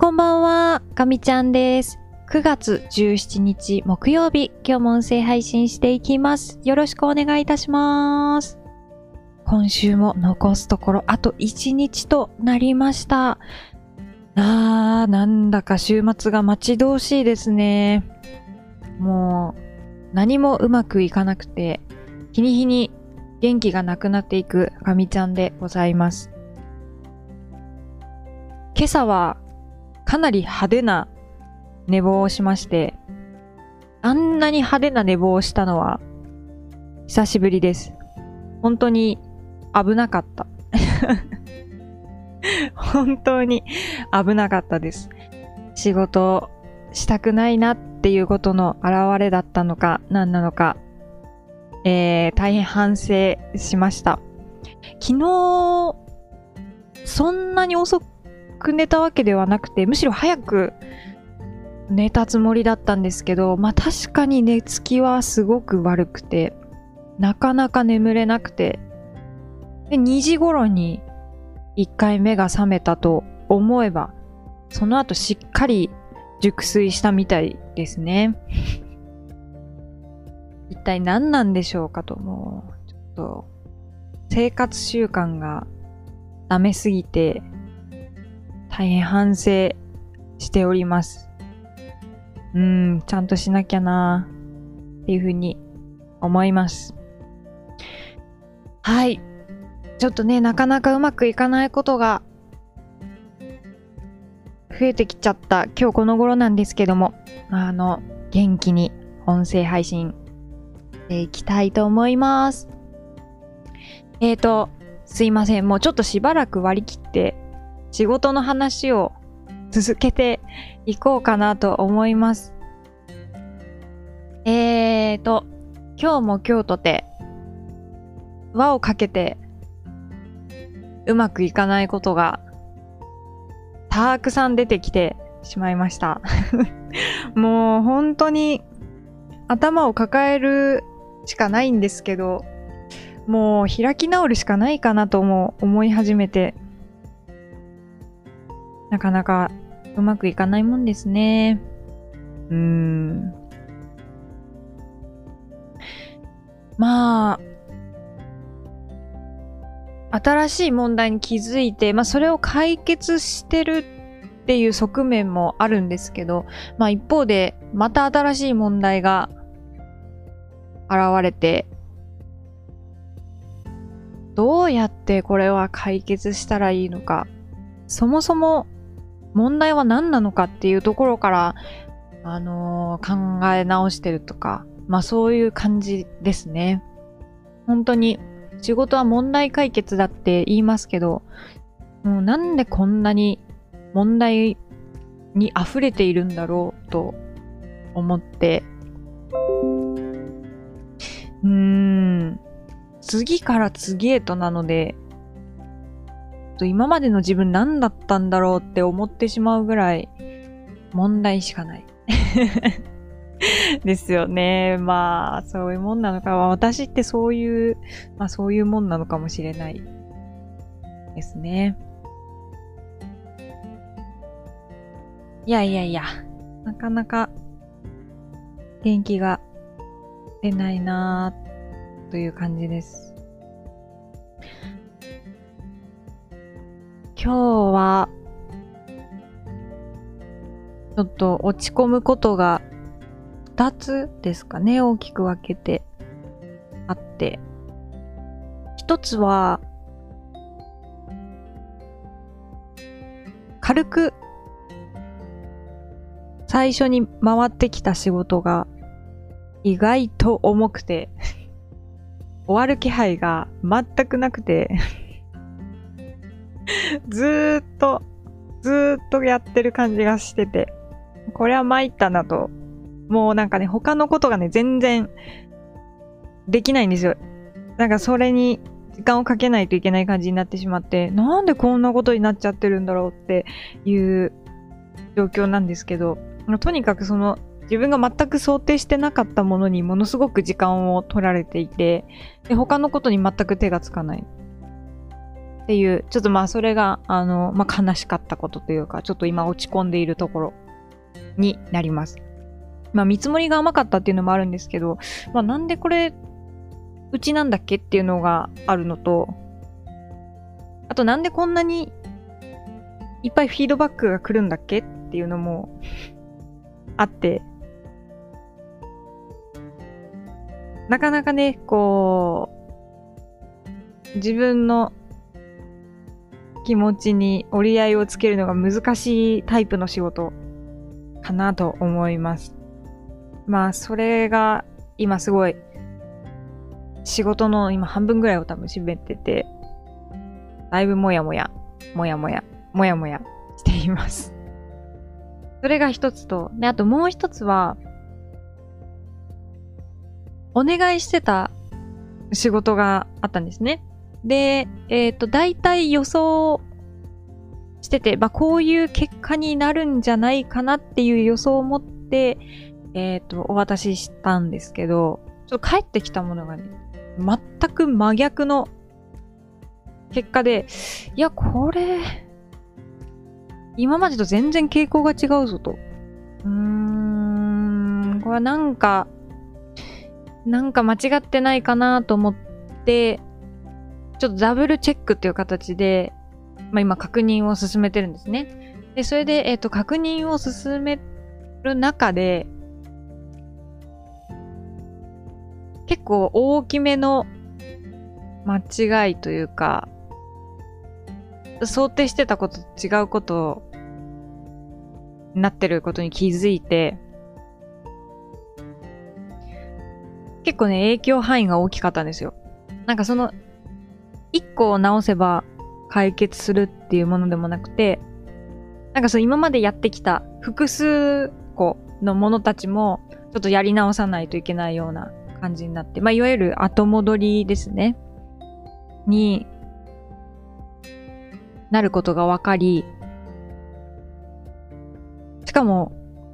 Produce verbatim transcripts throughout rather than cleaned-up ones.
こんばんは、かみちゃんです。くがつじゅうしちにち木曜日、今日も音声配信していきます。よろしくお願いいたします。今週も残すところあといちにちとなりました。あー、なんだか週末が待ち遠しいですね。もう、何もうまくいかなくて、日に日に元気がなくなっていくかみちゃんでございます。今朝はかなり派手な寝坊をしまして、あんなに派手な寝坊をしたのは久しぶりです。本当に危なかった。本当に危なかったです。仕事したくないなっていうことの表れだったのか何なのか、えー、大変反省しました。昨日そんなに遅く寝たわけではなくて、むしろ早く寝たつもりだったんですけど、まあ確かに寝つきはすごく悪くて、なかなか眠れなくて、でにじ頃にいっかいめが覚めたと思えば、その後しっかり熟睡したみたいですね。一体何なんでしょうかと、もうちょっと生活習慣がダメすぎて大変反省しております。うーん、ちゃんとしなきゃなーっていうふうに思います。はい。ちょっとね、なかなかうまくいかないことが増えてきちゃった今日この頃なんですけども、あの、元気に音声配信していきたいと思います。えーと、すいません。もうちょっとしばらく割り切って仕事の話を続けていこうかなと思います。えーと、今日も今日とて輪をかけてうまくいかないことがたくさん出てきてしまいました。もう本当に頭を抱えるしかないんですけど、もう開き直るしかないかなとも思い始めて、なかなかうまくいかないもんですね。うーん。まあ、新しい問題に気づいて、まあそれを解決してるっていう側面もあるんですけど、まあ一方でまた新しい問題が現れて、どうやってこれは解決したらいいのか、そもそも問題は何なのかっていうところから、あのー、考え直してるとか、まあそういう感じですね。本当に仕事は問題解決だって言いますけど、もうなんでこんなに問題に溢れているんだろうと思って、うーん、次から次へとなので、今までの自分何だったんだろうって思ってしまうぐらい問題しかない。ですよね。まあ、そういうもんなのか。私ってそういう、まあそういうもんなのかもしれないですね。いやいやいや、なかなか元気が出ないなぁという感じです。今日はちょっと落ち込むことが二つですかね、大きく分けてあって、一つは軽く最初に回ってきた仕事が意外と重くて終わる気配が全くなくてずーっとずーっとやってる感じがしてて、これは参ったなと。もうなんかね、他のことがね、全然できないんですよ。なんかそれに時間をかけないといけない感じになってしまって、なんでこんなことになっちゃってるんだろうっていう状況なんですけど、とにかくその自分が全く想定してなかったものにものすごく時間を取られていて、で他のことに全く手がつかない。 っていう、ちょっとまあそれが、あの、まあ悲しかったことというか、ちょっと今落ち込んでいるところになります。まあ見積もりが甘かったっていうのもあるんですけど、まあなんでこれ、うちなんだっけっていうのがあるのと、あとなんでこんなにいっぱいフィードバックが来るんだっけっていうのもあって、なかなかね、こう、自分の気持ちに折り合いをつけるのが難しいタイプの仕事かなと思います。まあ、それが今すごい仕事の今半分ぐらいを多分占めてて、だいぶもやもや、もやもや、もやもやしています。それが一つと、で、あともう一つは、お願いしてた仕事があったんですね。で、えっと、大体予想してて、まあ、こういう結果になるんじゃないかなっていう予想を持って、えっと、お渡ししたんですけど、ちょっと返ってきたものがね、全く真逆の結果で、いや、これ、今までと全然傾向が違うぞと。うーん、これはなんか、なんか間違ってないかなと思って、ちょっとダブルチェックっていう形で、まあ今確認を進めてるんですね。で、それで、えっと、確認を進める中で、結構大きめの間違いというか、想定してたことと違うことになってることに気づいて、結構ね、影響範囲が大きかったんですよ。なんかその、一個を直せば解決するっていうものでもなくて、なんかそう今までやってきた複数個のものたちも、ちょっとやり直さないといけないような感じになって、まあ、いわゆる後戻りですね。になることが分かり、しかも、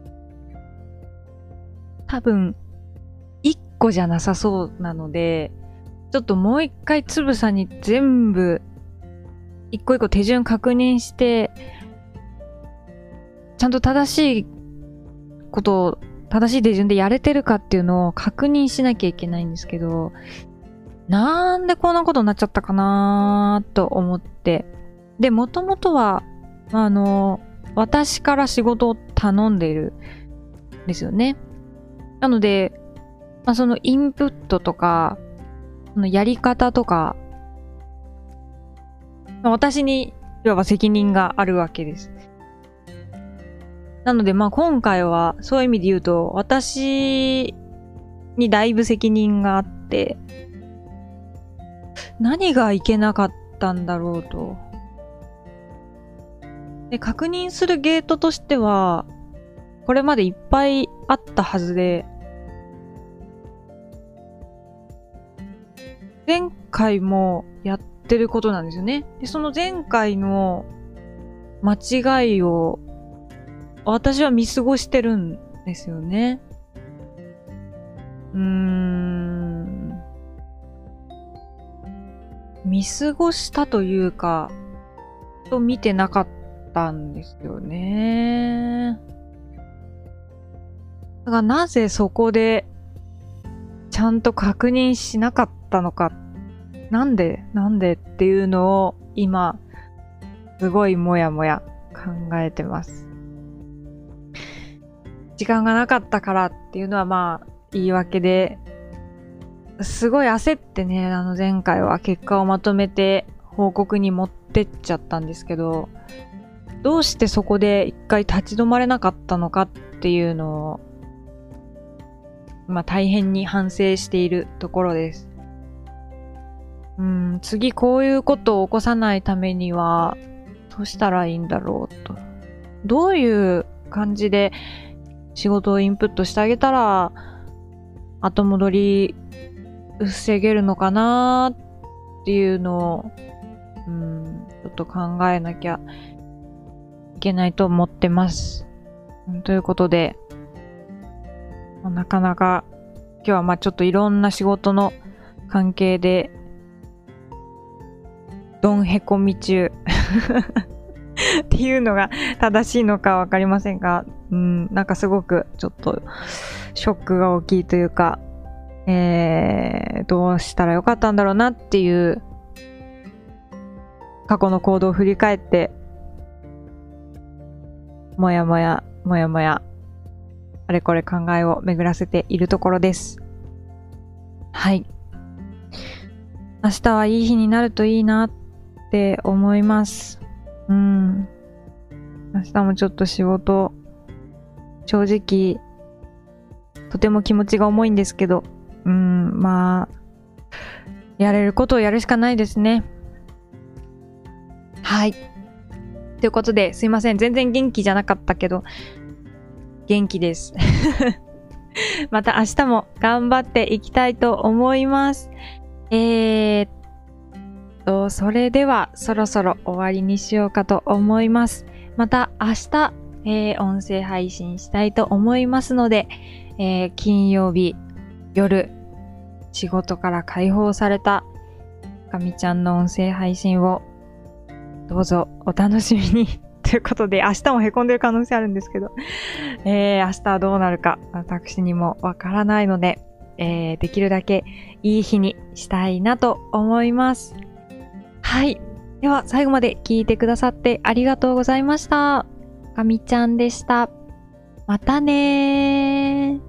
多分、一個じゃなさそうなので、ちょっともう一回つぶさに全部、一個一個手順確認して、ちゃんと正しいことを、正しい手順でやれてるかっていうのを確認しなきゃいけないんですけど、なんでこんなことになっちゃったかなーと思って。で、もともとは、あの、私から仕事を頼んでいるんですよね。なので、まあ、そのインプットとか、そのやり方とか、まあ、私にいわば責任があるわけです。なので、まあ今回はそういう意味で言うと、私にだいぶ責任があって、何がいけなかったんだろうと。で、確認するゲートとしては、これまでいっぱいあったはずで、前回もやってることなんですよね。で、その前回の間違いを私は見過ごしてるんですよね。うーん。見過ごしたというか、と見てなかったんですよね。だからなぜそこでちゃんと確認しなかったのか。なんでなんでっていうのを今、すごいもやもや考えてます。時間がなかったからっていうのはまあ言い訳で、すごい焦ってね、あの前回は結果をまとめて報告に持ってっちゃったんですけど、どうしてそこで一回立ち止まれなかったのかっていうのを、まあ大変に反省しているところです。うん、次こういうことを起こさないためには、どうしたらいいんだろうと。どういう感じで仕事をインプットしてあげたら、後戻り防げるのかなっていうのを、うん、ちょっと考えなきゃいけないと思ってます。ということで、なかなか今日はまあちょっといろんな仕事の関係でどんへこみ中っていうのが正しいのかわかりませんが、うん、なんかすごくちょっとショックが大きいというか、えー、どうしたらよかったんだろうなっていう過去の行動を振り返って、もやもや、もやもや、あれこれ考えを巡らせているところです。はい。明日はいい日になるといいなって思います。うん。明日もちょっと仕事、正直、とても気持ちが重いんですけど、うん、まあ、やれることをやるしかないですね。はい。ということで、すいません。全然元気じゃなかったけど、元気です。また明日も頑張っていきたいと思います。えーっと、それではそろそろ終わりにしようかと思います。また明日、えー、音声配信したいと思いますので、えー、金曜日夜、仕事から解放されたかみちゃんの音声配信をどうぞお楽しみにということで、明日も凹んでる可能性あるんですけど、えー、明日はどうなるか私にもわからないので、えー、できるだけいい日にしたいなと思います。はい。では最後まで聞いてくださってありがとうございました。かみちゃんでした。またねー。